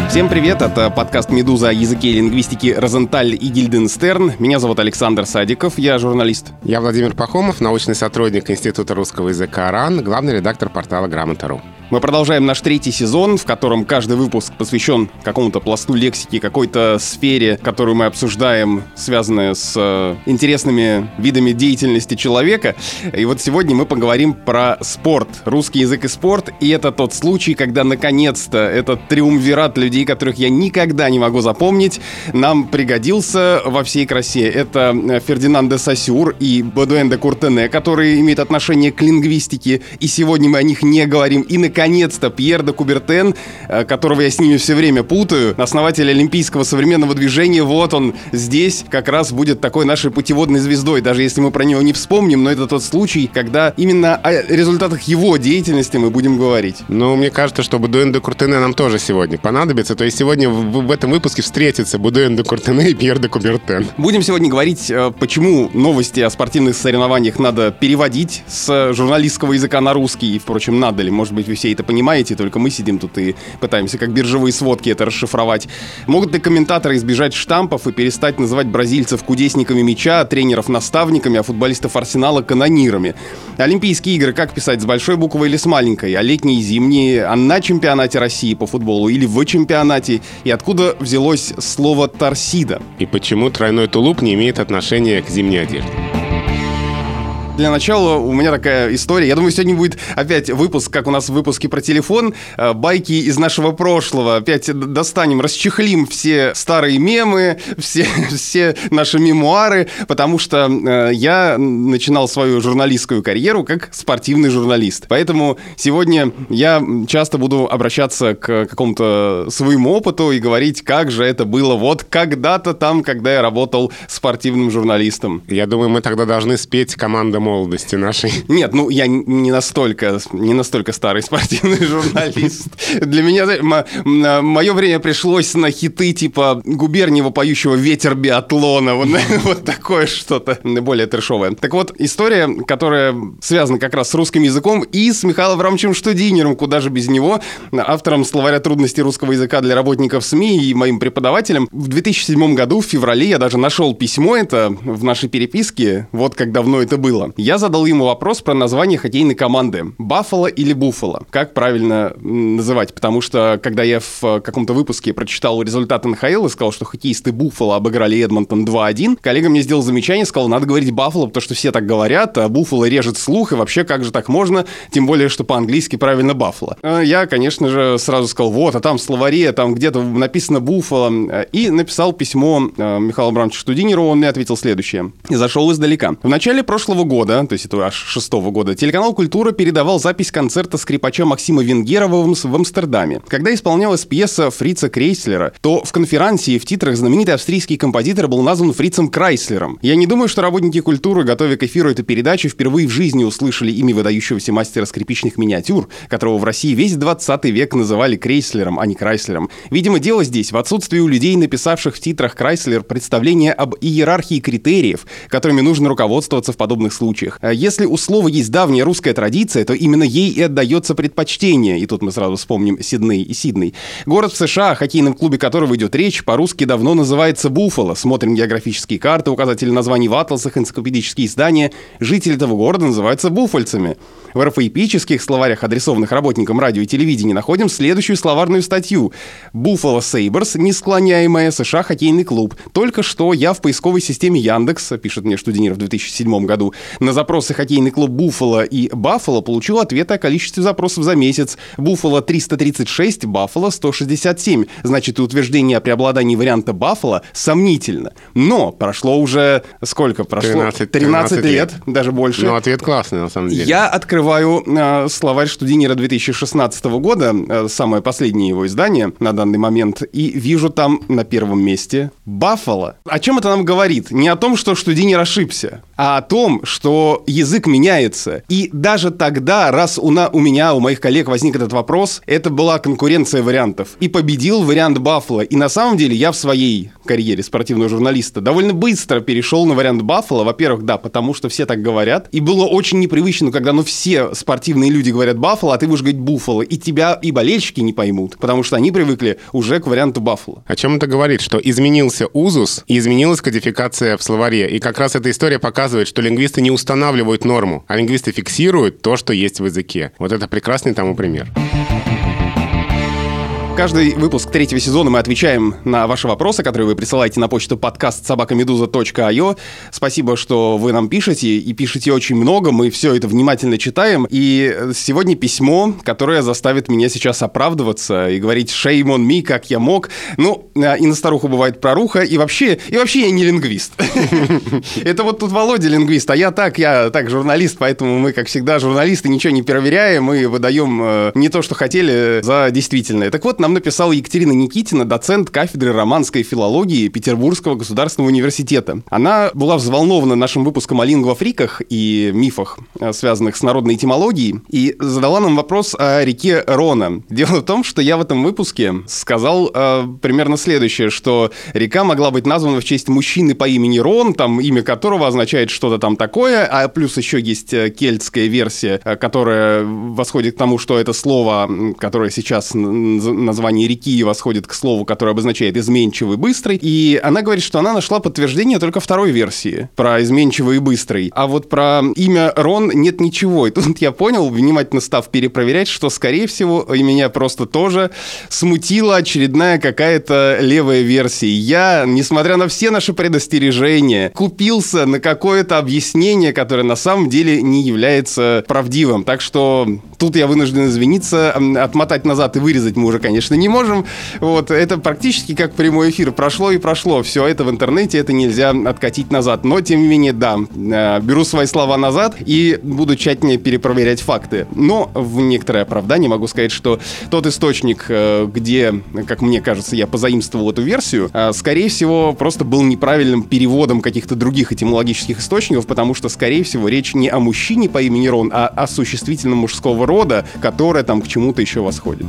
Всем привет, это подкаст «Медуза» о языке и лингвистике Розенталь и Гильденстерн. Меня зовут Александр Садиков, я журналист. Я Владимир Пахомов, научный сотрудник Института русского языка РАН, главный редактор портала Грамота.ру. Мы продолжаем наш третий сезон, в котором каждый выпуск посвящен какому-то пласту лексики, какой-то сфере, которую мы обсуждаем, связанная с интересными видами деятельности человека. И вот сегодня мы поговорим про спорт, русский язык и спорт. И это тот случай, когда наконец-то этот триумвират людей, которых я никогда не могу запомнить, нам пригодился во всей красе. Это Фердинанд де Сосюр и Бодуэн де Куртене, которые имеют отношение к лингвистике. И сегодня мы о них не говорим. И наконец-то Пьер де Кубертен, которого я с ними все время путаю, основатель олимпийского современного движения, вот он здесь как раз будет такой нашей путеводной звездой, даже если мы про него не вспомним, но это тот случай, когда именно о результатах его деятельности мы будем говорить. Ну, мне кажется, что Бодуэн де Куртене нам тоже сегодня понадобится, то есть сегодня в этом выпуске встретятся Бодуэн де Куртене и Пьер де Кубертен. Будем сегодня говорить, почему новости о спортивных соревнованиях надо переводить с журналистского языка на русский, и, впрочем, надо ли, может быть, вы все это понимаете, только мы сидим тут и пытаемся как биржевые сводки это расшифровать. Могут ли комментаторы избежать штампов и перестать называть бразильцев кудесниками мяча, тренеров наставниками, а футболистов Арсенала канонирами? Олимпийские игры как писать, с большой буквы или с маленькой? А летние и зимние? А на чемпионате России по футболу или в чемпионате? И откуда взялось слово «торсида»? И почему тройной тулуп не имеет отношения к зимней одежде? Для начала у меня такая история. Я думаю, сегодня будет опять выпуск, как у нас в выпуске про телефон, байки из нашего прошлого. Опять достанем, расчехлим все старые мемы, все наши мемуары, потому что я начинал свою журналистскую карьеру как спортивный журналист. Поэтому сегодня я часто буду обращаться к какому-то своему опыту и говорить, как же это было вот когда-то там, когда я работал спортивным журналистом. Я думаю, мы тогда должны спеть «Команда молодости нашей». Нет, ну я не настолько старый спортивный журналист. Для меня мое время пришлось на хиты типа Губерниева, поющего «Ветер биатлона». Вот такое что-то более трэшовое. Так вот, история, которая связана как раз с русским языком и с Михаилом Аврамовичем Штудинером, куда же без него, автором словаря трудностей русского языка для работников СМИ и моим преподавателем. В 2007 году, в феврале, я даже нашел письмо это в нашей переписке, вот как давно это было. Я задал ему вопрос про название хоккейной команды. Баффало или Буффало? Как правильно называть? Потому что, когда я в каком-то выпуске прочитал результат НХЛ и сказал, что хоккеисты Буффало обыграли Эдмонтон 2-1, коллега мне сделал замечание, сказал, надо говорить Баффало, потому что все так говорят, а Буффало режет слух, и вообще, как же так можно? Тем более, что по-английски правильно Баффало. Я, конечно же, сразу сказал, вот, а там в словаре, там где-то написано Буффало, и написал письмо Михаилу Абрамовичу Штудинеру, он мне ответил следующее. И зашел издалека. В начале прошлого года, то есть это аж 6-го года, телеканал «Культура» передавал запись концерта скрипача Максима Венгерова в Амстердаме. Когда исполнялась пьеса Фрица Крейслера, то в конферансии в титрах знаменитый австрийский композитор был назван Фрицем Крайслером. Я не думаю, что работники «Культуры», готовя к эфиру эту передачу, впервые в жизни услышали имя выдающегося мастера скрипичных миниатюр, которого в России весь 20 век называли Крейслером, а не Крайслером. Видимо, дело здесь в отсутствии у людей, написавших в титрах Крайслер, представления об иерархии критериев, которыми нужно руководствоваться в подобных случаях. Если у слова есть давняя русская традиция, то именно ей и отдается предпочтение. И тут мы сразу вспомним Сидней и Сидней. Город в США, о хоккейном клубе которого идет речь, по-русски давно называется Буффало. Смотрим географические карты, указатели названий в атласах, энциклопедические издания. Жители этого города называются буффальцами. В орфоэпических словарях, адресованных работникам радио и телевидения, находим следующую словарную статью. Buffalo Sabres, несклоняемая США хоккейный клуб. Только что я в поисковой системе Яндекс, пишет мне Штудинер в 2007 году, на запросы хоккейный клуб Буффало и Баффало получил ответы о количестве запросов за месяц. Буффало 336, Баффало 167. Значит, и утверждение о преобладании варианта Баффало сомнительно. Но прошло уже... Сколько прошло? 13 лет, даже больше. Ну, ответ классный, на самом деле. Я открываю словарь Штудинера 2016 года, самое последнее его издание на данный момент, и вижу там на первом месте Баффало. О чем это нам говорит? Не о том, что Штудинер ошибся, а о том, что что язык меняется. И даже тогда, раз у меня, у моих коллег возник этот вопрос, это была конкуренция вариантов. И победил вариант Баффало. И на самом деле я в своей карьере спортивного журналиста довольно быстро перешел на вариант Баффало. Во-первых, да, потому что все так говорят. И было очень непривычно, когда все спортивные люди говорят Баффало, а ты будешь говорить Буффало. И тебя и болельщики не поймут, потому что они привыкли уже к варианту Баффало. О чем это говорит? Что изменился узус и изменилась кодификация в словаре. И как раз эта история показывает, что лингвисты не устанавливают норму, а лингвисты фиксируют то, что есть в языке. Вот это прекрасный тому пример. Каждый выпуск 3-го сезона мы отвечаем на ваши вопросы, которые вы присылаете на почту podcast@meduza.io. Спасибо, что вы нам пишете, и пишете очень много, мы все это внимательно читаем. И сегодня письмо, которое заставит меня сейчас оправдываться и говорить «shame on me», как я мог. Ну, и на старуху бывает проруха, и вообще я не лингвист. Это вот тут Володя лингвист, а я так журналист, поэтому мы, как всегда, журналисты, ничего не проверяем, мы выдаем не то, что хотели, за действительное. Так вот, нам написала Екатерина Никитина, доцент кафедры романской филологии Петербургского государственного университета. Она была взволнована нашим выпуском о лингвофриках и мифах, связанных с народной этимологией, и задала нам вопрос о реке Рона. Дело в том, что я в этом выпуске сказал примерно следующее, что река могла быть названа в честь мужчины по имени Рон, там имя которого означает что-то там такое, а плюс еще есть кельтская версия, которая восходит к тому, что это слово, которое сейчас название реки восходит к слову, которое обозначает изменчивый, быстрый. И она говорит, что она нашла подтверждение только второй версии про изменчивый и быстрый. А вот про имя Рон нет ничего. И тут я понял, внимательно став перепроверять, что, скорее всего, и меня просто тоже смутила очередная какая-то левая версия. Я, несмотря на все наши предостережения, купился на какое-то объяснение, которое на самом деле не является правдивым. Так что тут я вынужден извиниться, отмотать назад и вырезать мы уже, конечно, не можем. Вот, это практически как прямой эфир. Прошло и прошло. Все это в интернете, это нельзя откатить назад. Но, тем не менее, да, беру свои слова назад и буду тщательнее перепроверять факты. Но в некоторое оправдание могу сказать, что тот источник, где, как мне кажется, я позаимствовал эту версию, скорее всего, просто был неправильным переводом каких-то других этимологических источников, потому что, скорее всего, речь не о мужчине по имени Рон, а о существительном мужского рода, которое там к чему-то еще восходит.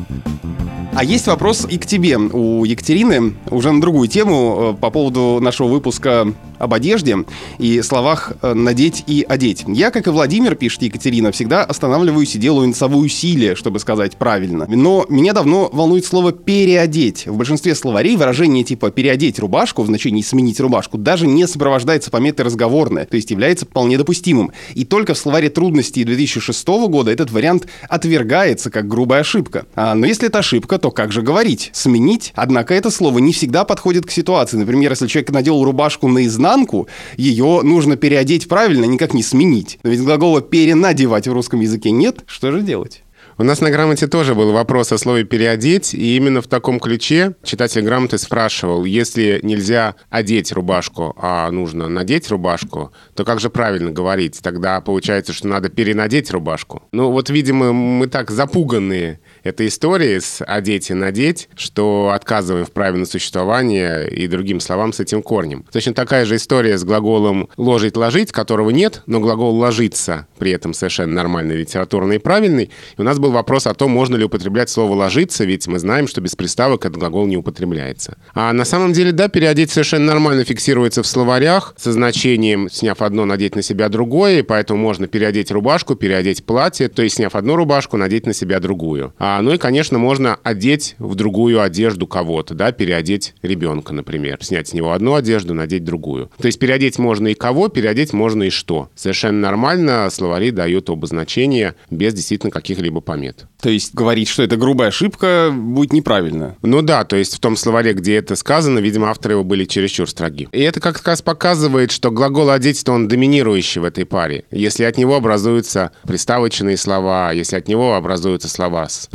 А есть вопрос и к тебе, у Екатерины, уже на другую тему, по поводу нашего выпуска об одежде и словах «надеть» и «одеть». Я, как и Владимир, пишет Екатерина, всегда останавливаюсь и делаю носовые усилия, чтобы сказать правильно. Но меня давно волнует слово «переодеть». В большинстве словарей выражение типа «переодеть рубашку» в значении «сменить рубашку» даже не сопровождается пометой «разговорное», то есть является вполне допустимым. И только в словаре трудностей 2006 года этот вариант отвергается как грубая ошибка. Но если это ошибка, то как же говорить? Сменить? Однако это слово не всегда подходит к ситуации. Например, если человек надел рубашку наизнанку, ее нужно переодеть правильно, никак не сменить. Но ведь глагола «перенадевать» в русском языке нет. Что же делать? У нас на грамоте тоже был вопрос о слове «переодеть», и именно в таком ключе читатель грамоты спрашивал, если нельзя одеть рубашку, а нужно надеть рубашку, то как же правильно говорить? Тогда получается, что надо перенадеть рубашку. Ну вот, видимо, мы так запуганные этой историей с «одеть» и «надеть», что отказываем в праве на существование и другим словам с этим корнем. Точно такая же история с глаголом «ложить», «ложить», которого нет, но глагол «ложиться» при этом совершенно нормальный, литературный и правильный. И у нас был вопрос о том, можно ли употреблять слово «ложиться», ведь мы знаем, что без приставок этот глагол не употребляется. А на самом деле, да, переодеть совершенно нормально фиксируется в словарях со значением «сняв одно, надеть на себя другое», и поэтому можно переодеть рубашку, переодеть платье, то есть сняв одну рубашку, надеть на себя другую. Ну и, конечно, можно одеть в другую одежду кого-то, да, переодеть ребенка, например, снять с него одну одежду, надеть другую. То есть переодеть можно и кого, переодеть можно и что. Совершенно нормально словари дают обозначения без действительно каких-либо помет. То есть говорить, что это грубая ошибка, будет неправильно. Ну да, то есть в том словаре, где это сказано, видимо, авторы его были чересчур строги. И это как раз показывает, что глагол «одеть»-то он доминирующий в этой паре. Если от него образуются приставочные слова, если от него образуются слова с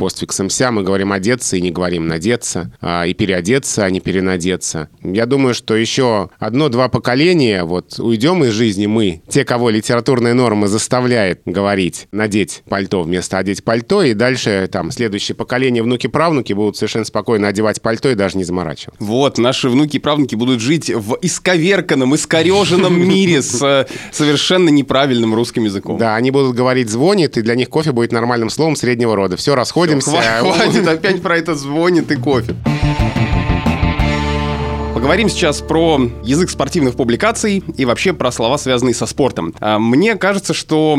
постфиксом ся, мы говорим одеться и не говорим надеться, и переодеться, а не перенадеться. Я думаю, что еще 1-2 поколения вот уйдем из жизни мы, те, кого литературная норма заставляет говорить надеть пальто вместо одеть пальто, и дальше там следующее поколение, внуки-правнуки будут совершенно спокойно одевать пальто и даже не заморачиваться. Вот, наши внуки и правнуки будут жить в исковерканном, искореженном мире с совершенно неправильным русским языком. Да, они будут говорить «звонит», и для них кофе будет нормальным словом среднего рода. Все, расходимся. Хватит опять про это «звонит» и кофе. Поговорим сейчас про язык спортивных публикаций и вообще про слова, связанные со спортом. Мне кажется, что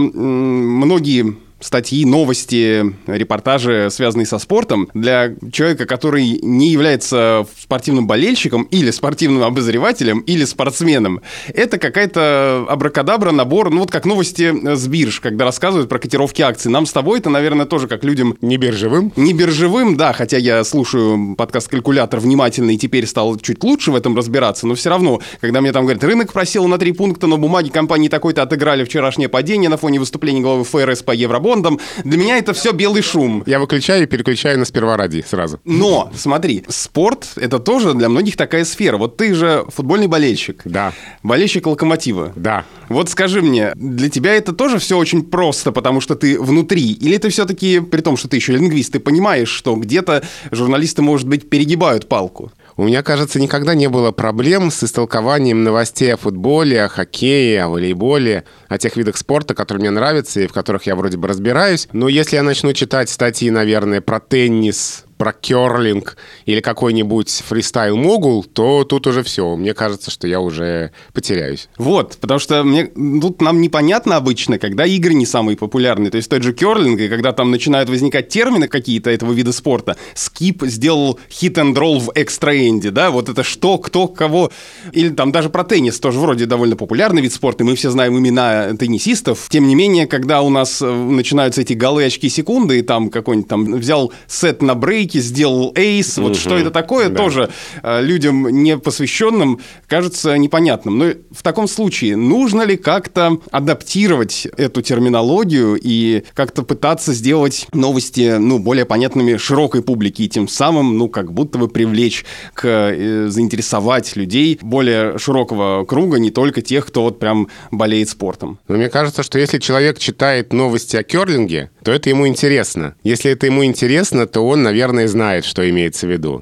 многие статьи, новости, репортажи, связанные со спортом, для человека, который не является спортивным болельщиком или спортивным обозревателем, или спортсменом, это какая-то абракадабра, набор, ну вот как новости с бирж, когда рассказывают про котировки акций. Нам с тобой это, наверное, тоже как людям... Не биржевым? Не биржевым, да, хотя я слушаю подкаст «Калькулятор» внимательно и теперь стал чуть лучше в этом разбираться, но все равно, когда мне там говорят, рынок просел на 3 пункта, но бумаги компании такой-то отыграли вчерашнее падение на фоне выступления главы ФРС по евробондам, для меня это все белый шум. Я выключаю и переключаю на «Сперва ради» сразу. Но, смотри, спорт — это тоже для многих такая сфера. Вот ты же футбольный болельщик. Да. Болельщик «Локомотива». Да. Вот скажи мне, для тебя это тоже все очень просто, потому что ты внутри? Или ты все-таки, при том, что ты еще лингвист, ты понимаешь, что где-то журналисты, может быть, перегибают палку? У меня, кажется, никогда не было проблем с истолкованием новостей о футболе, о хоккее, о волейболе, о тех видах спорта, которые мне нравятся и в которых я вроде бы разбираюсь. Но если я начну читать статьи, наверное, про теннис, про керлинг или какой-нибудь фристайл-могул, то тут уже все. Мне кажется, что я уже потеряюсь. Вот, потому что тут нам непонятно обычно, когда игры не самые популярные. То есть тот же керлинг, и когда там начинают возникать термины какие-то этого вида спорта. Скип сделал хит-энд-ролл в экстра-энде, да? Вот это что, кто, кого. Или там даже про теннис, тоже вроде довольно популярный вид спорта, и мы все знаем имена теннисистов. Тем не менее, когда у нас начинаются эти голы, очки, секунды, и там какой-нибудь там взял сет на брейк, сделал эйс, вот что это такое, да. Тоже людям не посвященным кажется непонятным. Но в таком случае нужно ли как-то адаптировать эту терминологию и как-то пытаться сделать новости, более понятными широкой публике и тем самым, как будто бы привлечь заинтересовать людей более широкого круга, не только тех, кто вот прям болеет спортом? Но мне кажется, что если человек читает новости о керлинге, то это ему интересно. Если это ему интересно, то он, наверное, знает, что имеется в виду.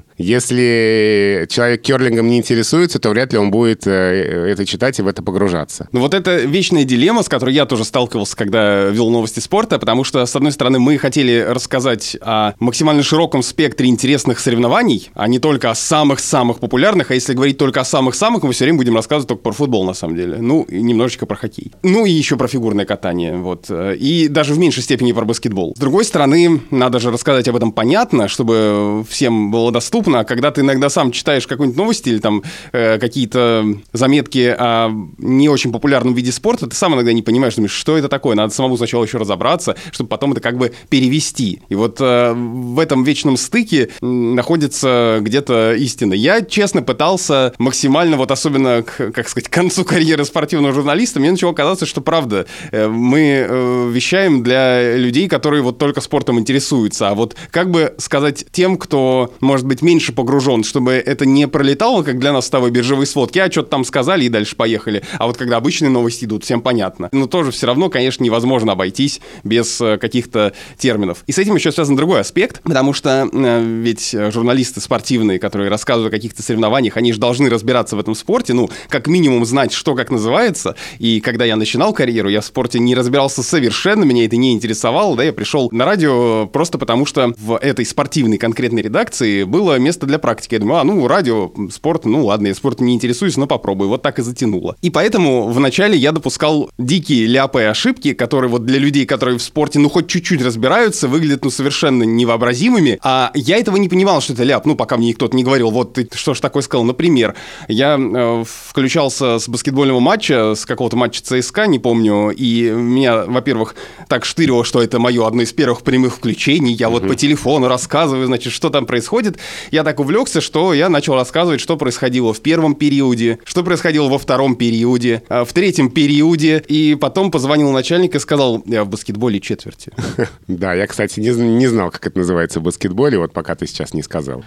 Если человек керлингом не интересуется, то вряд ли он будет это читать и в это погружаться. Вот это вечная дилемма, с которой я тоже сталкивался, когда вел новости спорта, потому что, с одной стороны, мы хотели рассказать о максимально широком спектре интересных соревнований, а не только о самых-самых популярных, а если говорить только о самых-самых, мы все время будем рассказывать только про футбол, на самом деле. И немножечко про хоккей. И еще про фигурное катание, вот. И даже в меньшей степени про баскетбол. С другой стороны, надо же рассказать об этом понятно, чтобы всем было доступно. А когда ты иногда сам читаешь какую-нибудь новость или там какие-то заметки о не очень популярном виде спорта, ты сам иногда не понимаешь, думаешь, что это такое, надо самому сначала еще разобраться, чтобы потом это как бы перевести. И вот в этом вечном стыке находится где-то истина. Я, честно, пытался максимально, вот особенно, к концу карьеры спортивного журналиста, мне начало казаться, что правда, мы вещаем для людей, которые вот только спортом интересуются. А вот как бы сказать тем, кто, может быть, меньше погружен, чтобы это не пролетало, как для нас с тобой биржевые сводки, что-то там сказали и дальше поехали. А вот когда обычные новости идут, всем понятно. Но тоже все равно, конечно, невозможно обойтись без каких-то терминов. И с этим еще связан другой аспект, потому что ведь журналисты спортивные, которые рассказывают о каких-то соревнованиях, они же должны разбираться в этом спорте, как минимум знать, что как называется. И когда я начинал карьеру, я в спорте не разбирался совершенно, меня это не интересовало, да, я пришел на радио просто потому, что в этой спортивной конкретной редакции было место для практики. Я думаю, радио, спорт, ладно, я спортом не интересуюсь, но попробую. Вот так и затянуло. И поэтому вначале я допускал дикие ляпы и ошибки, которые вот для людей, которые в спорте, хоть чуть-чуть разбираются, выглядят, совершенно невообразимыми. А я этого не понимал, что это ляп. Пока мне кто-то не говорил, вот ты что ж такое сказал. Например, я включался с баскетбольного матча, с какого-то матча ЦСКА, не помню, и меня, во-первых, так штырило, что это мое одно из первых прямых включений. Я вот по телефону рассказываю, что там происходит. я так увлекся, что я начал рассказывать, что происходило в первом периоде, что происходило во втором периоде, в третьем периоде, и потом позвонил начальник и сказал: я в баскетболе четверти. Да, я, кстати, не знал, как это называется в баскетболе, вот пока ты сейчас не сказал.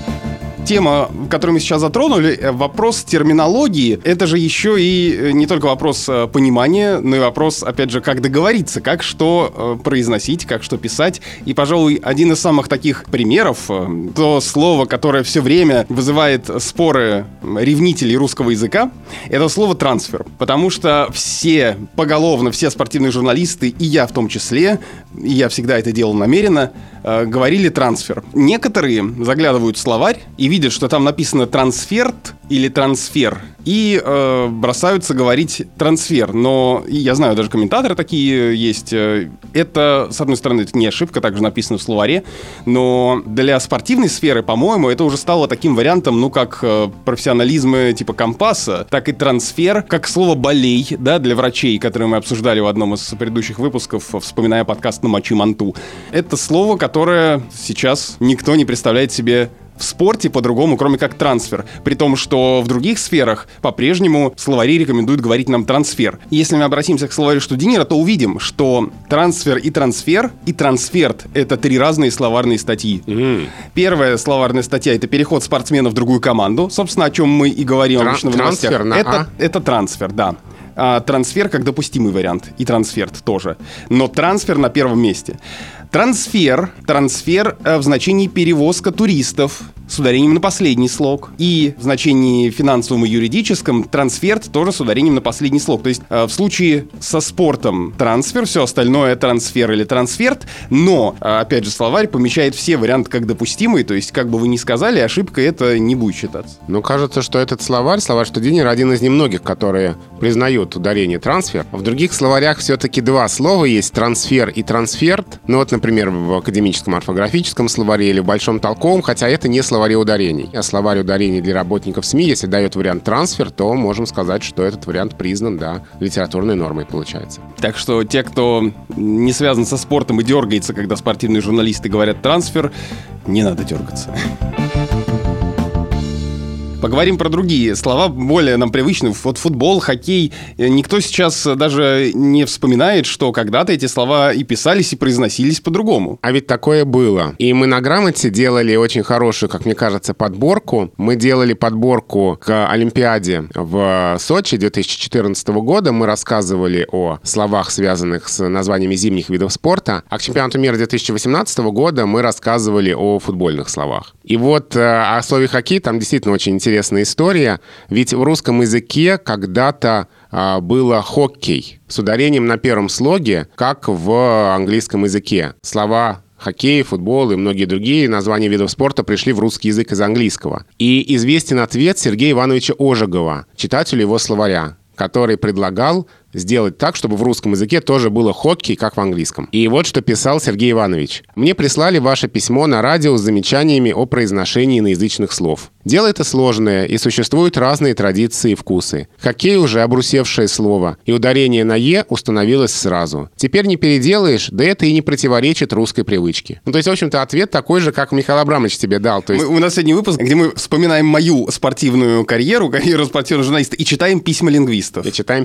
Тема, которую мы сейчас затронули, вопрос терминологии, это же еще и не только вопрос понимания, но и вопрос, опять же, как договориться, как что произносить, как что писать. И, пожалуй, один из самых таких примеров, то слово, которое все время вызывает споры ревнителей русского языка, это слово «трансфер». Потому что поголовно все спортивные журналисты, и я в том числе, и я всегда это делал намеренно, говорили «трансфер». Некоторые заглядывают в словарь и видят, что там написано «трансферт» или «трансфер», и бросаются говорить «трансфер». Но я знаю, даже комментаторы такие есть. Это, с одной стороны, это не ошибка, также написано в словаре, но для спортивной сферы, по-моему, это уже стало таким вариантом, ну, как профессионализмы типа компаса, так и трансфер, как слово «болей», да, для врачей, которое мы обсуждали в одном из предыдущих выпусков, вспоминая подкаст «На мочи манту». Это слово, которое сейчас никто не представляет себе в спорте по-другому, кроме как трансфер. При том, что в других сферах по-прежнему словари рекомендуют говорить нам трансфер. И если мы обратимся к словарю Штудинера, то увидим, что трансфер и трансферт — это 3 разные словарные статьи. Первая словарная статья — это переход спортсмена в другую команду. Собственно, о чем мы и говорим обычно в новостях. Это трансфер, да. Трансфер как допустимый вариант. И трансферт тоже. Но трансфер на первом месте. Трансфер в значении перевозка туристов, с ударением на последний слог. И в значении финансовом и юридическом трансферт тоже с ударением на последний слог. То есть в случае со спортом трансфер, все остальное трансфер или трансферт. Но, опять же, словарь помещает все варианты как допустимые. То есть, как бы вы ни сказали, ошибкой это не будет считаться. Ну, кажется, что этот словарь Штудинера, один из немногих, которые признают ударение трансфер. В других словарях все-таки 2 слова есть: трансфер и трансферт. Ну вот, например, в академическом орфографическом словаре или в большом толковом, хотя это не словари ударений. А словарь ударений для работников СМИ, если дает вариант трансфер, то можем сказать, что этот вариант признан, да, литературной нормой получается. Так что те, кто не связан со спортом и дергается, когда спортивные журналисты говорят трансфер, не надо дергаться. Поговорим про другие слова, более нам привычные. Вот футбол, хоккей. Никто сейчас даже не вспоминает, что когда-то эти слова и писались, и произносились по-другому. А ведь такое было. И мы на «Грамоте» делали очень хорошую, как мне кажется, подборку. Мы делали подборку к Олимпиаде в Сочи 2014 года. Мы рассказывали о словах, связанных с названиями зимних видов спорта. А к чемпионату мира 2018 года мы рассказывали о футбольных словах. И вот о слове «хоккей» там действительно очень интересная история. Ведь в русском языке когда-то было «хоккей» с ударением на первом слоге, как в английском языке. Слова хоккей, футбол и многие другие названия видов спорта пришли в русский язык из английского. И известен ответ Сергея Ивановича Ожегова, читателю его словаря, который предлагал сделать так, чтобы в русском языке тоже было хоккей, как в английском. И вот что писал Сергей Иванович. «Мне прислали ваше письмо на радио с замечаниями о произношении иноязычных слов. Дело это сложное, и существуют разные традиции и вкусы. Хоккей уже обрусевшее слово, и ударение на «е» установилось сразу. Теперь не переделаешь, да это и не противоречит русской привычке». Ну, то есть, в общем-то, ответ такой же, как Михаил Абрамович тебе дал. То есть... У нас сегодня выпуск, где мы вспоминаем мою спортивную карьеру спортивного журналиста, и читаем письма лингвистов.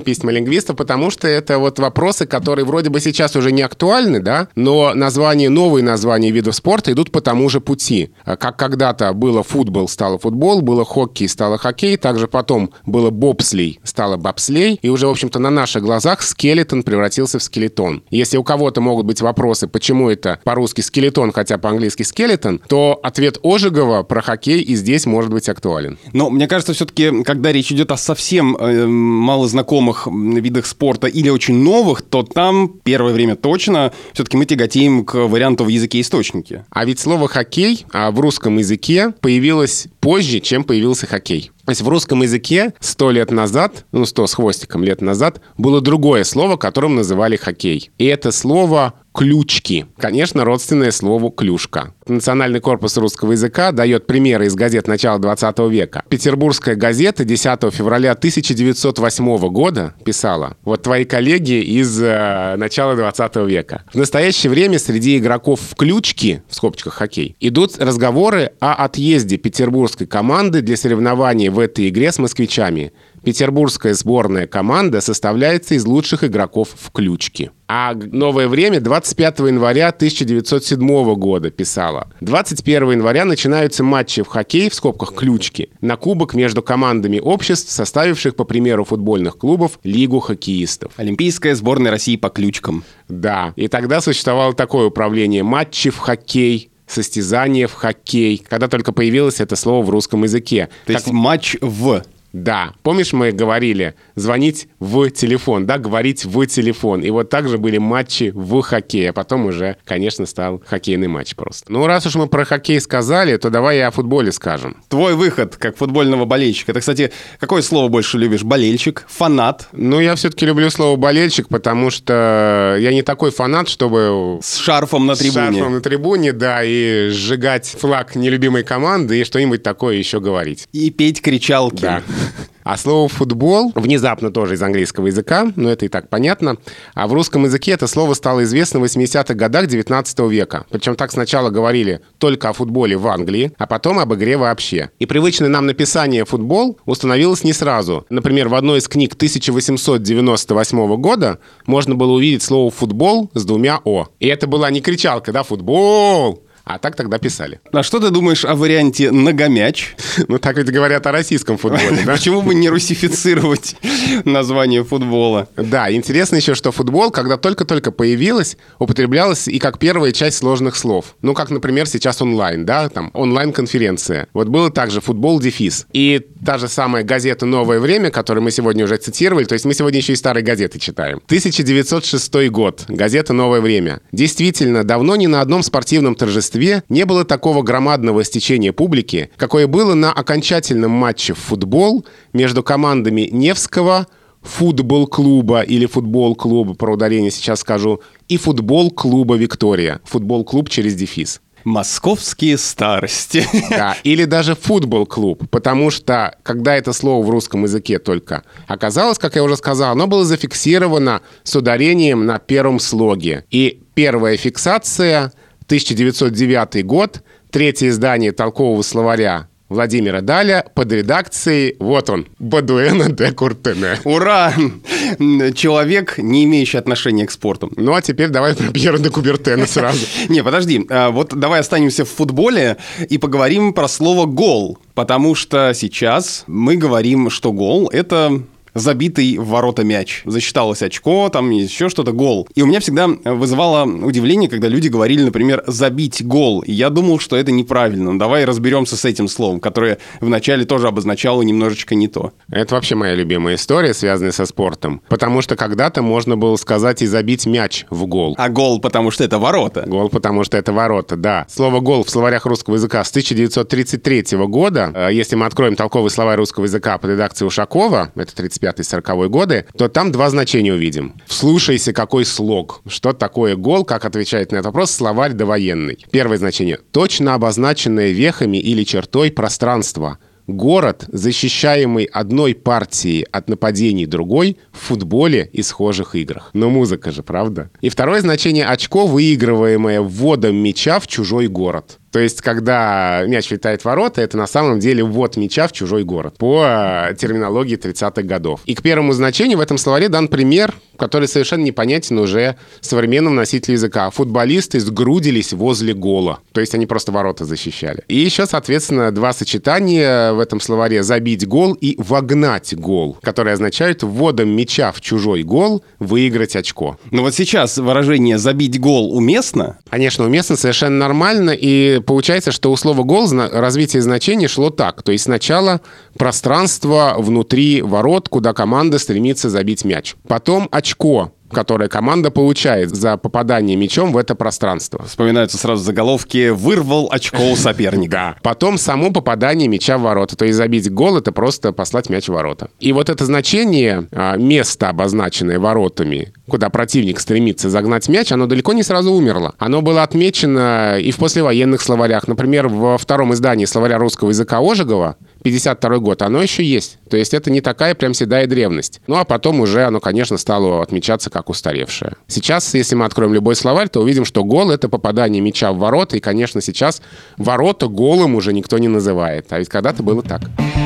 Потому что это вот вопросы, которые вроде бы сейчас уже не актуальны, да, но новые названия видов спорта идут по тому же пути. Как когда-то было футбол, стало футбол, было хоккей, стало хоккей, также потом было бобслей, стало бобслей, и уже, в общем-то, на наших глазах скелетон превратился в скелетон. Если у кого-то могут быть вопросы, почему это по-русски скелетон, хотя по-английски скелетон, то ответ Ожегова про хоккей и здесь может быть актуален. Но мне кажется, все-таки, когда речь идет о совсем малознакомых видах спорта или очень новых, то там первое время точно все-таки мы тяготеем к варианту в языке-источнике. А ведь слово «хоккей» в русском языке появилось позже, чем появился хоккей. То есть в русском языке 100 лет назад, 100 с хвостиком лет назад, было другое слово, которым называли хоккей. И это слово «ключки». Конечно, родственное слову «клюшка». Национальный корпус русского языка дает примеры из газет начала 20 века. Петербургская газета 10 февраля 1908 года писала: «Вот твои коллеги из начала 20 века. В настоящее время среди игроков в ключки, в скобочках хоккей, идут разговоры о отъезде петербургской команды для соревнований в этой игре с москвичами. Петербургская сборная команда составляется из лучших игроков в ключке». А «Новое время» 25 января 1907 года писала: 21 января начинаются матчи в хоккей, в скобках ключки, на кубок между командами обществ, составивших, по примеру футбольных клубов, Лигу хоккеистов. Олимпийская сборная России по ключкам. Да, и тогда существовало такое управление: матчи в хоккей, состязания в хоккей, когда только появилось это слово в русском языке. То есть матч в... Да. Помнишь, мы говорили звонить в телефон, да, говорить в телефон. И вот также были матчи в хоккей, а потом уже, конечно, стал хоккейный матч просто. Ну, раз уж мы про хоккей сказали, то давай и о футболе скажем. Твой выход как футбольного болельщика. Ты, кстати, какое слово больше любишь? Болельщик? Фанат? Ну, я все-таки люблю слово болельщик, потому что я не такой фанат, чтобы... С шарфом на трибуне. С шарфом на трибуне, да, и сжигать флаг нелюбимой команды и что-нибудь такое еще говорить. И петь кричалки. Да. А слово «футбол» внезапно тоже из английского языка, но это и так понятно. А в русском языке это слово стало известно в 80-х годах 19 века. Причем так сначала говорили только о футболе в Англии, а потом об игре вообще. И привычное нам написание «футбол» установилось не сразу. Например, в одной из книг 1898 года можно было увидеть слово «футбол» с двумя «о». И это была не кричалка, да, «футбол». А так тогда писали. А что ты думаешь о варианте «ногомяч»? Ну, так ведь говорят о российском футболе, да? Почему бы не русифицировать название футбола? Да, интересно еще, что футбол, когда только-только появилось, употреблялось и как первая часть сложных слов. Ну, как, например, сейчас онлайн, да, там, онлайн-конференция. Вот было также футбол-дефис. И та же самая газета «Новое время», которую мы сегодня уже цитировали, то есть мы сегодня еще и старые газеты читаем. 1906 год. Газета «Новое время». Действительно, давно ни на одном спортивном торжестве не было такого громадного стечения публики, какое было на окончательном матче в футбол между командами Невского футбол-клуба или футбол-клуба, про ударение сейчас скажу, и футбол-клуба «Виктория». Футбол-клуб через дефис. Московские старости. Да, или даже футбол-клуб, потому что, когда это слово в русском языке только оказалось, как я уже сказал, оно было зафиксировано с ударением на первом слоге. И первая фиксация — 1909 год, третье издание толкового словаря Владимира Даля под редакцией, вот он, Бадуэна де Куртене. Ура! Человек, не имеющий отношения к спорту. Ну, а теперь давай про Пьера де Кубертена сразу. Не, подожди, вот давай останемся в футболе и поговорим про слово «гол», потому что сейчас мы говорим, что гол — это... забитый в ворота мяч. Засчиталось очко, там еще что-то, гол. И у меня всегда вызывало удивление, когда люди говорили, например, «забить гол». И я думал, что это неправильно. Давай разберемся с этим словом, которое вначале тоже обозначало немножечко не то. Это вообще моя любимая история, связанная со спортом. Потому что когда-то можно было сказать и забить мяч в гол. А гол, потому что это ворота. Гол, потому что это ворота, да. Слово «гол» в словарях русского языка с 1933 года, если мы откроем толковый словарь русского языка под редакцией Ушакова, это 35-40 годы, то там два значения увидим. Вслушайся, какой слог. Что такое гол, как отвечает на этот вопрос словарь довоенный. Первое значение. Точно обозначенное вехами или чертой пространство. Город, защищаемый одной партией от нападений другой в футболе и схожих играх. Но музыка же, правда? И второе значение — очко, выигрываемое вводом мяча в чужой город. То есть, когда мяч летает в ворота, это на самом деле ввод мяча в чужой город по терминологии 30-х годов. И к первому значению в этом словаре дан пример, который совершенно непонятен уже современному носителю языка. Футболисты сгрудились возле гола. То есть, они просто ворота защищали. И еще, соответственно, два сочетания в этом словаре: «забить гол» и «вогнать гол», которые означают вводом мяча в чужой гол выиграть очко. Но вот сейчас выражение «забить гол» уместно? Конечно, уместно, совершенно нормально. И получается, что у слова «гол» развитие значения шло так. То есть сначала пространство внутри ворот, куда команда стремится забить мяч. Потом очко, которое команда получает за попадание мячом в это пространство. Вспоминаются сразу заголовки «Вырвал очко у соперника». Да. Потом само попадание мяча в ворота. То есть забить гол — это просто послать мяч в ворота. И вот это значение, место, обозначенное воротами, куда противник стремится загнать мяч, оно далеко не сразу умерло. Оно было отмечено и в послевоенных словарях. Например, во втором издании словаря русского языка Ожегова, 52 год, оно еще есть. То есть это не такая прям седая древность. Ну, а потом уже оно, конечно, стало отмечаться как устаревшее. Сейчас, если мы откроем любой словарь, то увидим, что гол — это попадание мяча в ворота. И, конечно, сейчас ворота голым уже никто не называет. А ведь когда-то было так.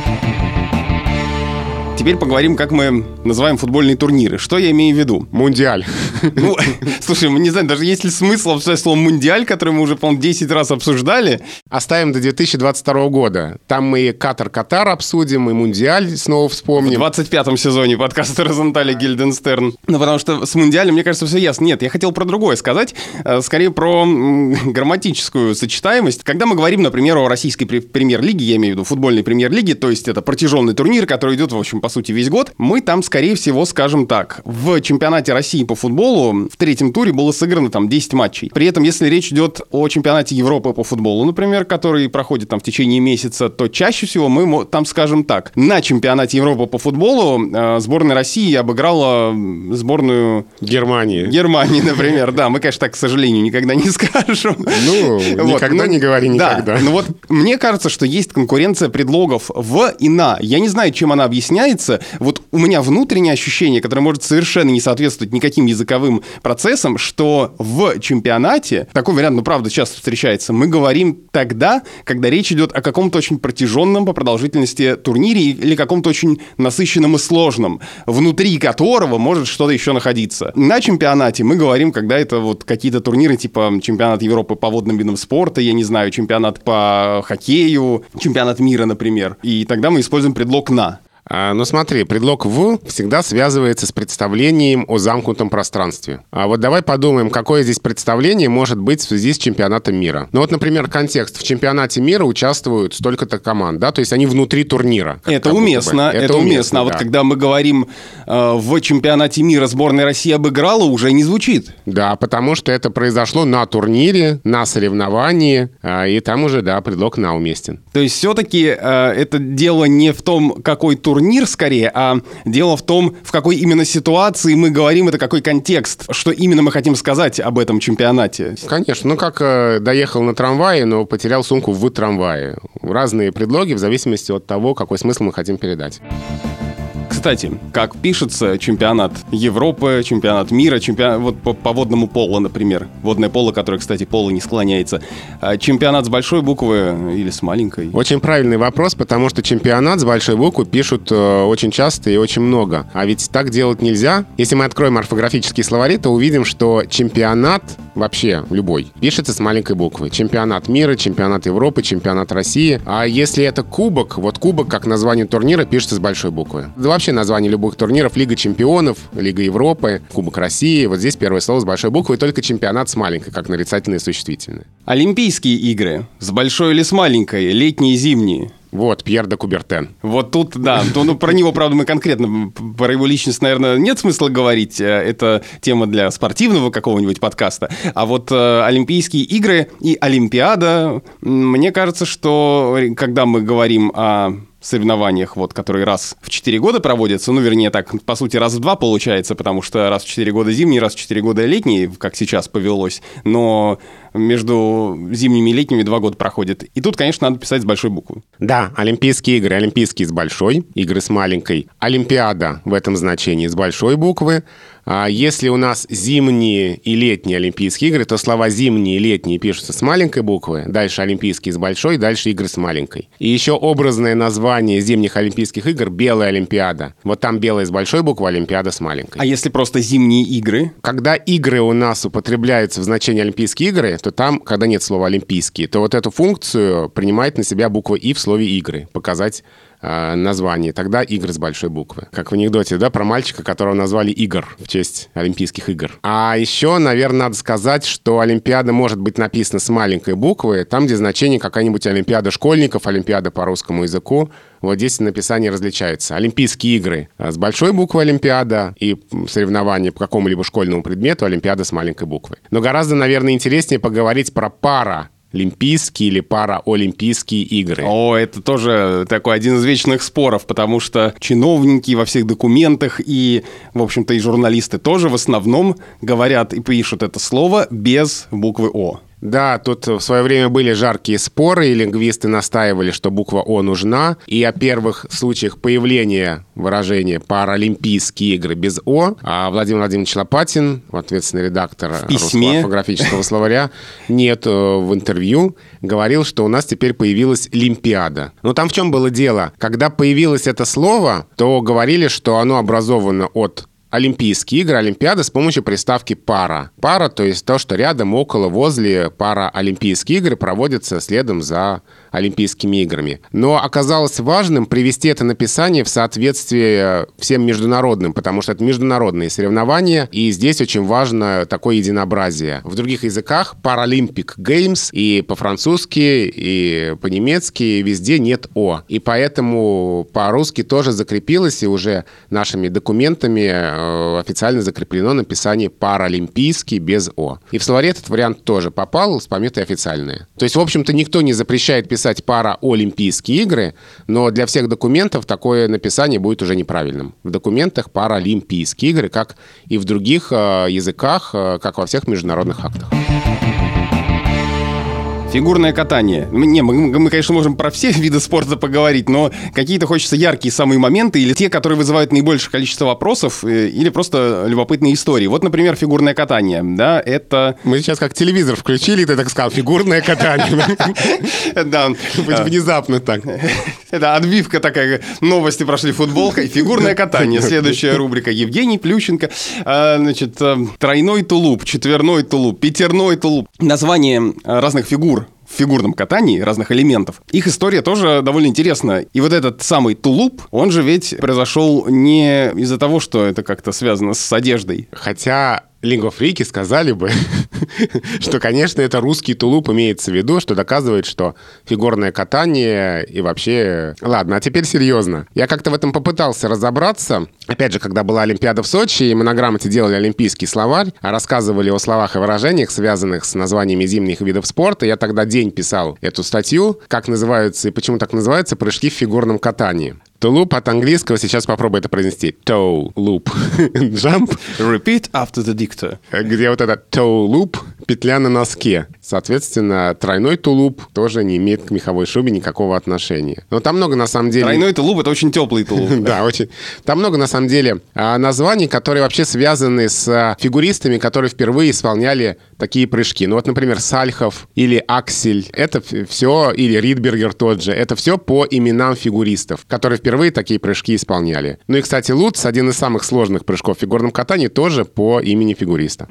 Теперь поговорим, как мы называем футбольные турниры. Что я имею в виду? Мундиаль. Ну, слушай, не знаю, даже есть ли смысл обсуждать слово «мундиаль», которое мы уже, по-моему, 10 раз обсуждали. Оставим до 2022 года. Там мы и Катар обсудим, и Мундиаль снова вспомним. В 25-м сезоне подкаста Розенталь и Гильденстерн. Ну, потому что с Мундиалем, мне кажется, все ясно. Нет, я хотел про другое сказать. Скорее, про грамматическую сочетаемость. Когда мы говорим, например, о российской премьер-лиге, я имею в виду футбольной премьер-лиге, то есть это протяженный турнир, который идет, в общем, по сути, весь год, мы там, скорее всего, скажем так, в чемпионате России по футболу в третьем туре было сыграно там 10 матчей. При этом, если речь идет о чемпионате Европы по футболу, например, который проходит там в течение месяца, то чаще всего мы там скажем так. На чемпионате Европы по футболу сборная России обыграла сборную Германии, например. Да, мы, конечно, так, к сожалению, никогда не скажем. Ну, никогда не говори никогда. Да, ну вот мне кажется, что есть конкуренция предлогов «в» и «на». Я не знаю, чем она объясняется. Вот у меня внутреннее ощущение, которое может совершенно не соответствовать никаким языковым процессам, что в чемпионате, такой вариант, ну, правда, часто встречается, мы говорим тогда, когда речь идет о каком-то очень протяженном по продолжительности турнире или каком-то очень насыщенном и сложном, внутри которого может что-то еще находиться. На чемпионате мы говорим, когда это вот какие-то турниры типа чемпионат Европы по водным видам спорта, я не знаю, чемпионат по хоккею, чемпионат мира, например. И тогда мы используем предлог «на». Ну смотри, предлог «в» всегда связывается с представлением о замкнутом пространстве. А вот давай подумаем, какое здесь представление может быть в связи с чемпионатом мира. Ну вот, например, контекст. В чемпионате мира участвуют столько-то команд, да, то есть они внутри турнира. Это уместно, это уместно. А вот когда мы говорим в чемпионате мира сборная России обыграла, уже не звучит. Да, потому что это произошло на турнире, на соревновании, и там уже, да, предлог «на» уместен. То есть все-таки это дело не в том, какой турнир скорее, а дело в том, в какой именно ситуации мы говорим, это какой контекст, что именно мы хотим сказать об этом чемпионате. Конечно, ну как доехал на трамвае, но потерял сумку в трамвае. Разные предлоги в зависимости от того, какой смысл мы хотим передать. Кстати, как пишется чемпионат Европы, чемпионат мира, вот по водному полу, например. Водное поло, которое, кстати, поло не склоняется. Чемпионат с большой буквы или с маленькой? Очень правильный вопрос, потому что чемпионат с большой буквы пишут очень часто и очень много. А ведь так делать нельзя. Если мы откроем орфографические словари, то увидим, что чемпионат вообще любой пишется с маленькой буквы. Чемпионат мира, чемпионат Европы, чемпионат России. А если это кубок, вот кубок как название турнира пишется с большой буквы. Вообще название любых турниров: Лига чемпионов, Лига Европы, Кубок России. Вот здесь первое слово с большой буквы, и только чемпионат с маленькой, как нарицательное и существительное. Олимпийские игры. С большой или с маленькой? Летние и зимние? Вот, Пьер де Кубертен. Вот тут, да. Ну, про него, правда, мы конкретно, про его личность, наверное, нет смысла говорить. Это тема для спортивного какого-нибудь подкаста. А вот Олимпийские игры и Олимпиада, мне кажется, что когда мы говорим о соревнованиях, вот, которые раз в 4 года проводятся, ну, вернее, так, по сути, раз в 2 получается, потому что раз в 4 года зимние, раз в 4 года летние, как сейчас повелось, но между зимними и летними 2 года проходит. И тут, конечно, надо писать с большой буквы. Да, Олимпийские игры. Олимпийские с большой, игры с маленькой. Олимпиада в этом значении с большой буквы. А если у нас зимние и летние Олимпийские игры, то слова «зимние» и «летние» пишутся с маленькой буквы, дальше Олимпийские с большой, дальше игры с маленькой. И еще образное название зимних Олимпийских игр — «Белая Олимпиада». Вот там белая с большой буквы, Олимпиада с маленькой. А если просто зимние игры? Когда игры у нас употребляются в значении Олимпийские игры, то там, когда нет слова «олимпийские», то вот эту функцию принимает на себя буква «и» в слове «игры», показать название. Тогда игры с большой буквы. Как в анекдоте, да, про мальчика, которого назвали Игорь в честь Олимпийских игр. А еще, наверное, надо сказать, что Олимпиада может быть написана с маленькой буквы, там, где значение какая-нибудь Олимпиада школьников, Олимпиада по русскому языку. Вот здесь написание различается. Олимпийские игры с большой буквы Олимпиада и соревнования по какому-либо школьному предмету Олимпиада с маленькой буквы. Но гораздо, наверное, интереснее поговорить про паралимпийские или параолимпийские игры. О, это тоже такой один из вечных споров, потому что чиновники во всех документах и, в общем-то, и журналисты тоже в основном говорят и пишут это слово без буквы «О». Да, тут в свое время были жаркие споры, и лингвисты настаивали, что буква «О» нужна. И о первых случаях появления выражения «паралимпийские игры» без «О» Владимир Владимирович Лопатин, ответственный редактор Русского орфографического словаря, в интервью говорил, что у нас теперь появилась Олимпиада. Но там в чем было дело? Когда появилось это слово, то говорили, что оно образовано от Олимпийские игры, Олимпиада с помощью приставки «пара». «Пара», то есть то, что рядом, около, возле. Параолимпийские игры проводятся следом за Олимпийскими играми. Но оказалось важным привести это написание в соответствие всем международным, потому что это международные соревнования, и здесь очень важно такое единообразие. В других языках Paralympic Games и по-французски, и по-немецки везде нет «о». И поэтому по-русски тоже закрепилось, и уже нашими документами официально закреплено написание «паралимпийский» без «о». И в словаре этот вариант тоже попал с пометой «официальные». То есть, в общем-то, никто не запрещает писать «параолимпийские игры», но для всех документов такое написание будет уже неправильным. В документах «паралимпийские игры», как и в других языках, как во всех международных актах. Фигурное катание. Мы, конечно, можем про все виды спорта поговорить, но какие-то хочется яркие самые моменты или те, которые вызывают наибольшее количество вопросов, или просто любопытные истории. Вот, например, фигурное катание. Да, это... Мы сейчас как телевизор включили, и ты так сказал, фигурное катание. Да. Внезапно так. Это отбивка такая. Новости прошли футболкой. Фигурное катание. Следующая рубрика. Евгений Плющенко. Значит, тройной тулуп, четверной тулуп, пятерной тулуп. Название разных фигур в фигурном катании, разных элементов. Их история тоже довольно интересна. И вот этот самый тулуп, он же ведь произошел не из-за того, что это как-то связано с одеждой. Хотя лингвофрики сказали бы, что, конечно, это русский тулуп имеется в виду, что доказывает, что фигурное катание и вообще... Ладно, а теперь серьезно. Я как-то в этом попытался разобраться. Опять же, когда была Олимпиада в Сочи, и мы на грамоте делали олимпийский словарь, рассказывали о словах и выражениях, связанных с названиями зимних видов спорта. Я тогда день писал эту статью, как называются и почему так называются прыжки в фигурном катании. Тулуп от английского, сейчас попробую это произнести. Toe loop. Jump. Repeat after the dictor. Где вот этот toe loop, петля на носке. Соответственно, тройной тулуп тоже не имеет к меховой шубе никакого отношения. Но там много, на самом деле... Тройной тулуп — это очень теплый тулуп. Да, очень. Там много, на самом деле, названий, которые вообще связаны с фигуристами, которые впервые исполняли такие прыжки. Ну вот, например, Сальхов или Аксель. Это все, или Ридбергер тот же. Это все по именам фигуристов, которые впервые такие прыжки исполняли. Ну и, кстати, Лутц, один из самых сложных прыжков в фигурном катании, тоже по имени фигуриста.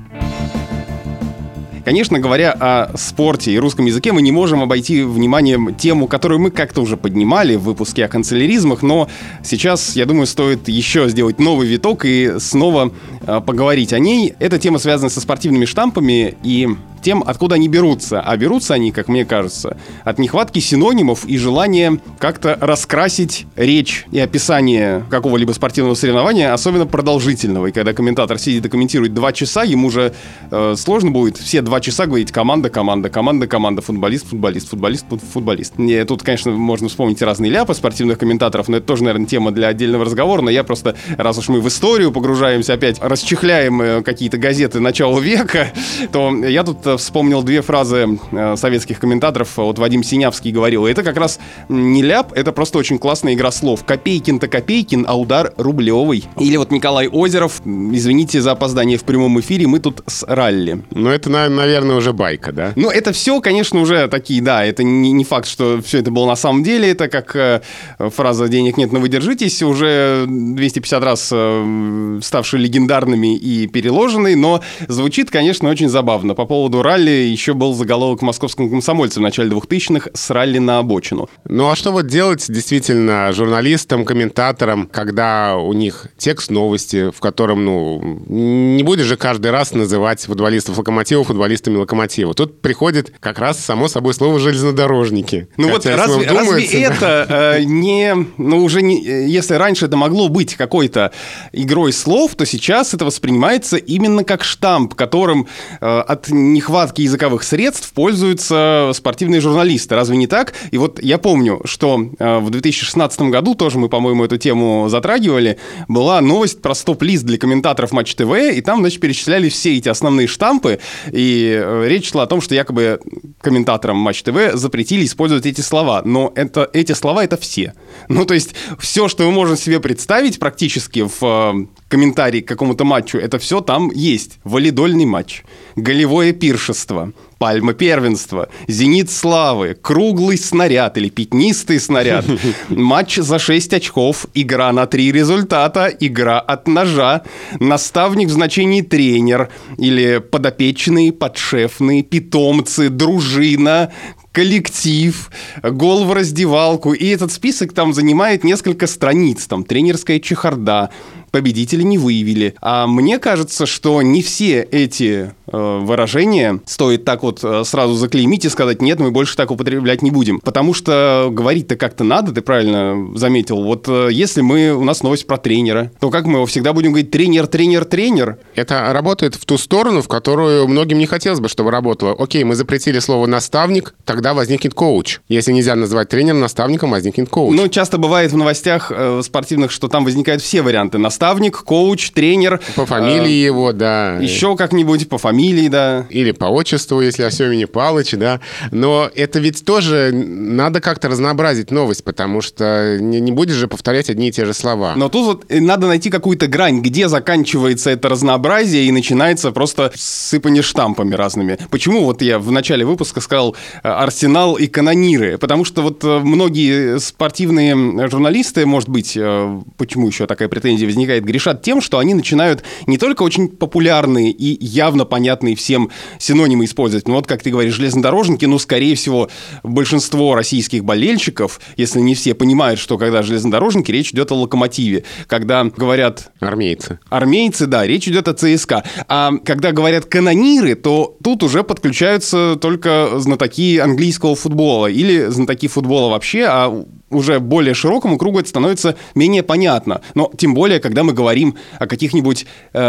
Конечно, говоря о спорте и русском языке, мы не можем обойти вниманием тему, которую мы как-то уже поднимали в выпуске о канцеляризмах, но сейчас, я думаю, стоит еще сделать новый виток и снова поговорить о ней. Эта тема связана со спортивными штампами и тем, откуда они берутся. А берутся они, как мне кажется, от нехватки синонимов и желания как-то раскрасить речь и описание какого-либо спортивного соревнования, особенно продолжительного. И когда комментатор сидит и комментирует 2 часа, ему же сложно будет все 2 часа говорить команда, команда, команда, команда, футболист, футболист, футболист, футболист. И тут, конечно, можно вспомнить разные ляпы спортивных комментаторов, но это тоже, наверное, тема для отдельного разговора. Но я просто, раз уж мы в историю погружаемся, опять расчехляем какие-то газеты начала века, то я тут вспомнил 2 фразы советских комментаторов. Вот Вадим Синявский говорил. Это как раз не ляп, это просто очень классная игра слов. Копейкин-то Копейкин, а удар рублевый. Или вот Николай Озеров. Извините за опоздание в прямом эфире, мы тут с ралли. Ну, это, наверное, уже байка, да? Ну, это все, конечно, уже такие, да, это не факт, что все это было на самом деле. Это как фраза «денег нет, но вы держитесь», уже 250 раз ставшие легендарными и переложенные, но звучит, конечно, очень забавно. По поводу ралли еще был заголовок в «Московском комсомольце» в начале 2000-х «С ралли на обочину». Ну а что вот делать действительно журналистам, комментаторам, когда у них текст новости, в котором, не будешь же каждый раз называть футболистов «Локомотива» футболистами «Локомотива». Тут приходит как раз само собой слово «железнодорожники». Ну вот разве это если раньше это могло быть какой-то игрой слов, то сейчас это воспринимается именно как штамп, которым от нехватки языковых средств пользуются спортивные журналисты. Разве не так? И вот я помню, что в 2016 году, тоже мы, по-моему, эту тему затрагивали, была новость про стоп-лист для комментаторов Матч ТВ, и там, значит, перечисляли все эти основные штампы, и речь шла о том, что якобы комментаторам Матч ТВ запретили использовать эти слова. Но эти слова — это все. Ну, то есть все, что мы можем себе представить практически в комментарии к какому-то матчу, это все там есть. Валидольный матч, голевое пиршество, пальма первенства, зенит славы, круглый снаряд или пятнистый снаряд, матч за 6 очков, игра на 3 результата, игра от ножа, наставник в значении тренер или подопечные, подшефные, питомцы, дружина, коллектив, гол в раздевалку. И этот список там занимает несколько страниц. Там тренерская чехарда, победителя не выявили. А мне кажется, что не все эти выражения стоит так вот сразу заклеймить и сказать: нет, мы больше так употреблять не будем. Потому что говорить-то как-то надо, ты правильно заметил. Вот если у нас новость про тренера, то как мы его всегда будем говорить: тренер, тренер, тренер? Это работает в ту сторону, в которую многим не хотелось бы, чтобы работало. Окей, мы запретили слово «наставник», тогда возникнет коуч. Если нельзя называть тренером наставником, возникнет коуч. Ну, часто бывает в новостях спортивных, что там возникают все варианты: наставник, коуч, тренер. По фамилии его, да. Еще как-нибудь по фамилии, да. Или по отчеству, если о Семене Палыч, да. Но это ведь тоже надо как-то разнообразить новость, потому что не будешь же повторять одни и те же слова. Но тут вот надо найти какую-то грань, где заканчивается это разнообразие и начинается просто сыпание штампами разными. Почему вот я в начале выпуска сказал «Арсенал» и «Канониры»? Потому что вот многие спортивные журналисты, может быть, почему еще такая претензия возникает, грешат тем, что они начинают не только очень популярные и явно понятные всем синонимы использовать, но вот, как ты говоришь, железнодорожники, скорее всего, большинство российских болельщиков, если не все, понимают, что когда железнодорожники, речь идет о «Локомотиве». Когда говорят... Армейцы, да, речь идет о ЦСКА. А когда говорят «канониры», то тут уже подключаются только знатоки английского футбола или знатоки футбола вообще, а уже более широкому кругу это становится менее понятно. Но тем более, когда мы говорим о каких-нибудь,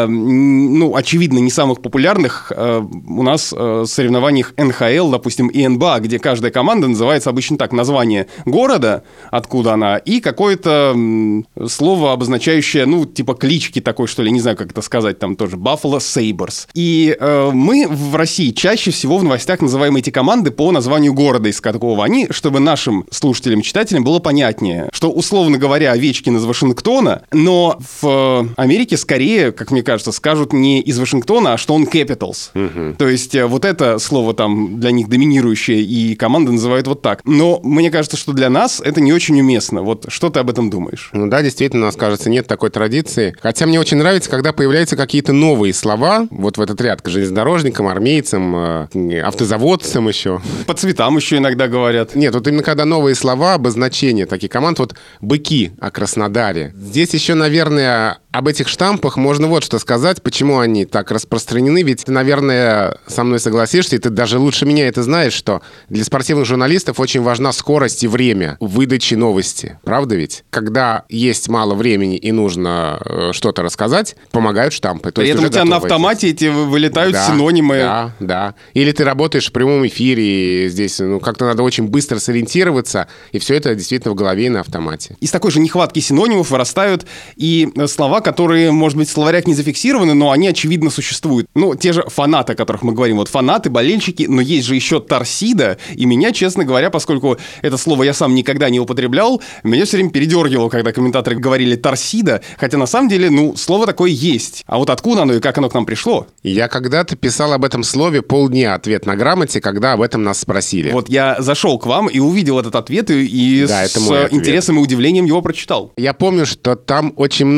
очевидно, не самых популярных у нас соревнованиях НХЛ, допустим, и НБА, где каждая команда называется обычно так: название города, откуда она, и какое-то слово, обозначающее, типа клички такой, что ли, не знаю, как это сказать, там тоже Buffalo Sabres. И мы в России чаще всего в новостях называем эти команды по названию города, из какого они, чтобы нашим слушателям, читателям было понятнее, что, условно говоря, Овечкин из Вашингтона, но в Америке скорее, как мне кажется, скажут не из Вашингтона, а что он Capitals. Угу. То есть вот это слово там для них доминирующее, и команда называют вот так. Но мне кажется, что для нас это не очень уместно. Вот что ты об этом думаешь? Ну да, действительно, у нас, кажется, нет такой традиции. Хотя мне очень нравится, когда появляются какие-то новые слова, вот в этот ряд, к железнодорожникам, армейцам, автозаводцам еще. По цветам еще иногда говорят. Нет, вот именно когда новые слова, обозначения таких команд, вот «Быки» о Краснодаре. Здесь еще, наверное, об этих штампах можно вот что сказать, почему они так распространены. Ведь ты, наверное, со мной согласишься, и ты даже лучше меня это знаешь, что для спортивных журналистов очень важна скорость и время выдачи новости. Правда ведь? Когда есть мало времени и нужно что-то рассказать, помогают штампы. При этом у тебя на автомате эти вылетают синонимы. Да. Или ты работаешь в прямом эфире, и здесь как-то надо очень быстро сориентироваться, и все это действительно в голове и на автомате. Из такой же нехватки синонимов вырастают и слова, которые, может быть, в словарях не зафиксированы, но они, очевидно, существуют. Те же фанаты, о которых мы говорим. Вот фанаты, болельщики, но есть же еще торсида. И меня, честно говоря, поскольку это слово я сам никогда не употреблял, меня все время передергивало, когда комментаторы говорили торсида. Хотя, на самом деле, слово такое есть. А вот откуда оно и как оно к нам пришло? Я когда-то писал об этом слове полдня ответ на грамоте, когда об этом нас спросили. Вот я зашел к вам и увидел этот ответ, и с интересом и удивлением его прочитал. Я помню, что там очень много было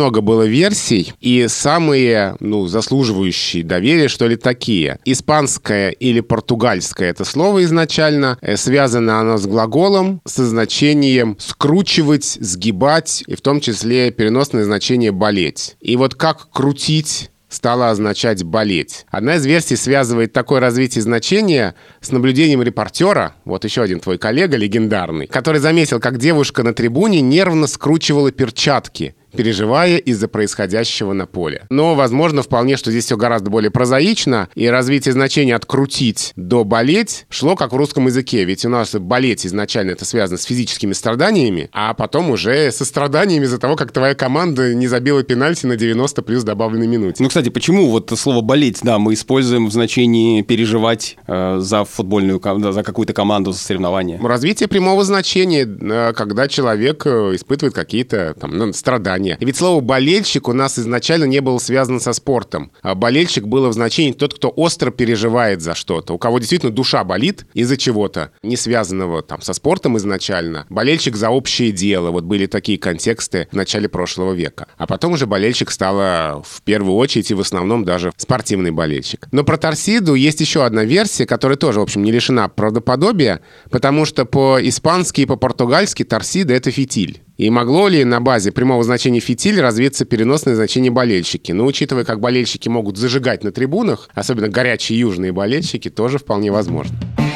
версий, и самые, заслуживающие доверия, что ли, такие. Испанское или португальское — это слово изначально. Связано оно с глаголом, со значением скручивать, сгибать, и в том числе переносное значение болеть. И вот как крутить стало означать «болеть». Одна из версий связывает такое развитие значения с наблюдением репортера, вот еще один твой коллега легендарный, который заметил, как девушка на трибуне нервно скручивала перчатки, переживая из-за происходящего на поле. Но, возможно, вполне, что здесь все гораздо более прозаично, и развитие значения от «крутить» до «болеть» шло как в русском языке, ведь у нас болеть изначально это связано с физическими страданиями, а потом уже со страданиями из-за того, как твоя команда не забила пенальти на 90 плюс добавленной минуте. Кстати, почему вот слово «болеть», мы используем в значении переживать за футбольную, за какую-то команду, за соревнования? Развитие прямого значения, когда человек испытывает какие-то страдания. И ведь слово «болельщик» у нас изначально не было связано со спортом. А болельщик было в значении тот, кто остро переживает за что-то, у кого действительно душа болит из-за чего-то, не связанного со спортом изначально. Болельщик за общее дело. Вот были такие контексты в начале прошлого века. А потом уже болельщик стало в первую очередь и в основном даже спортивный болельщик. Но про торсиду есть еще одна версия, которая тоже, в общем, не лишена правдоподобия, потому что по-испански и по-португальски торсида — это фитиль. И могло ли на базе прямого значения «фитиль» развиться переносное значение «болельщики»? Учитывая, как болельщики могут зажигать на трибунах, особенно горячие южные болельщики, тоже вполне возможно.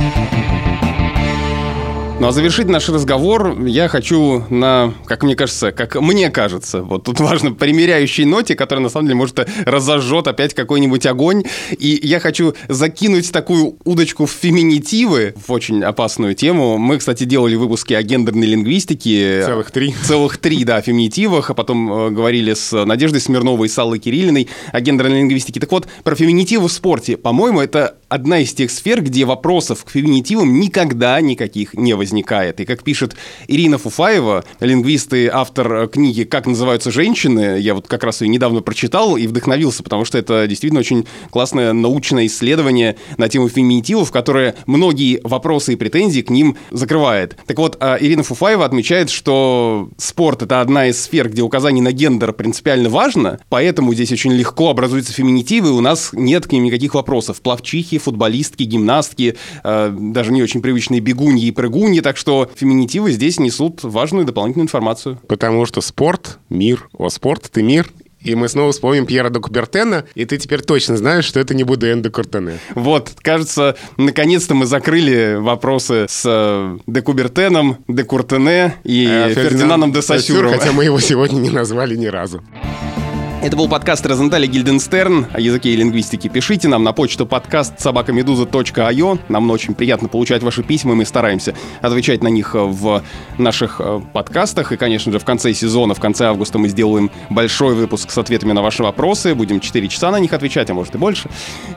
А завершить наш разговор я хочу как мне кажется, вот тут важно, примиряющей ноте, которая на самом деле, может, разожжет опять какой-нибудь огонь. И я хочу закинуть такую удочку в феминитивы, в очень опасную тему. Мы, кстати, делали выпуски о гендерной лингвистике. Целых три, да, феминитивах. А потом говорили с Надеждой Смирновой и с Аллой Кириллиной о гендерной лингвистике. Так вот, про феминитивы в спорте. По-моему, это одна из тех сфер, где вопросов к феминитивам никогда никаких не возникает. И как пишет Ирина Фуфаева, лингвист и автор книги «Как называются женщины», я вот как раз ее недавно прочитал и вдохновился, потому что это действительно очень классное научное исследование на тему феминитивов, которое многие вопросы и претензии к ним закрывает. Так вот, Ирина Фуфаева отмечает, что спорт — это одна из сфер, где указание на гендер принципиально важно, поэтому здесь очень легко образуются феминитивы, и у нас нет к ним никаких вопросов. Пловчихи, футболистки, гимнастки, даже не очень привычные бегуньи и прыгуньи, так что феминитивы здесь несут важную дополнительную информацию. Потому что спорт — мир, спорт — это мир. И мы снова вспомним Пьера де Кубертена, и ты теперь точно знаешь, что это не Буден де Куртене. Вот, кажется, наконец-то мы закрыли вопросы с де Кубертеном, де Куртене и Фердинандом де Сосюром. Хотя мы его сегодня не назвали ни разу. Это был подкаст Розенталь и Гильденстерн о языке и лингвистике. Пишите нам на почту podcast@meduza.io. Нам очень приятно получать ваши письма, и мы стараемся отвечать на них в наших подкастах. И, конечно же, в конце сезона, в конце августа мы сделаем большой выпуск с ответами на ваши вопросы. Будем 4 часа на них отвечать, а может и больше.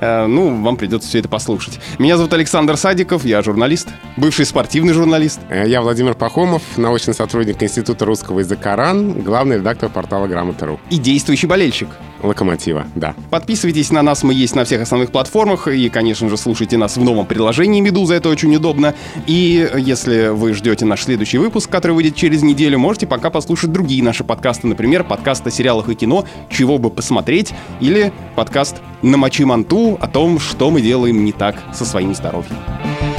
Вам придется все это послушать. Меня зовут Александр Садиков, я журналист, бывший спортивный журналист. Я Владимир Пахомов, научный сотрудник Института русского языка РАН, главный редактор портала Грамота.ру. И действующий болельщик. Локомотива, да. Подписывайтесь на нас, мы есть на всех основных платформах. И, конечно же, слушайте нас в новом приложении «Медуза», это очень удобно. И если вы ждете наш следующий выпуск, который выйдет через неделю, можете пока послушать другие наши подкасты. Например, подкаст о сериалах и кино «Чего бы посмотреть» или подкаст «Намочи манту» о том, что мы делаем не так со своим здоровьем.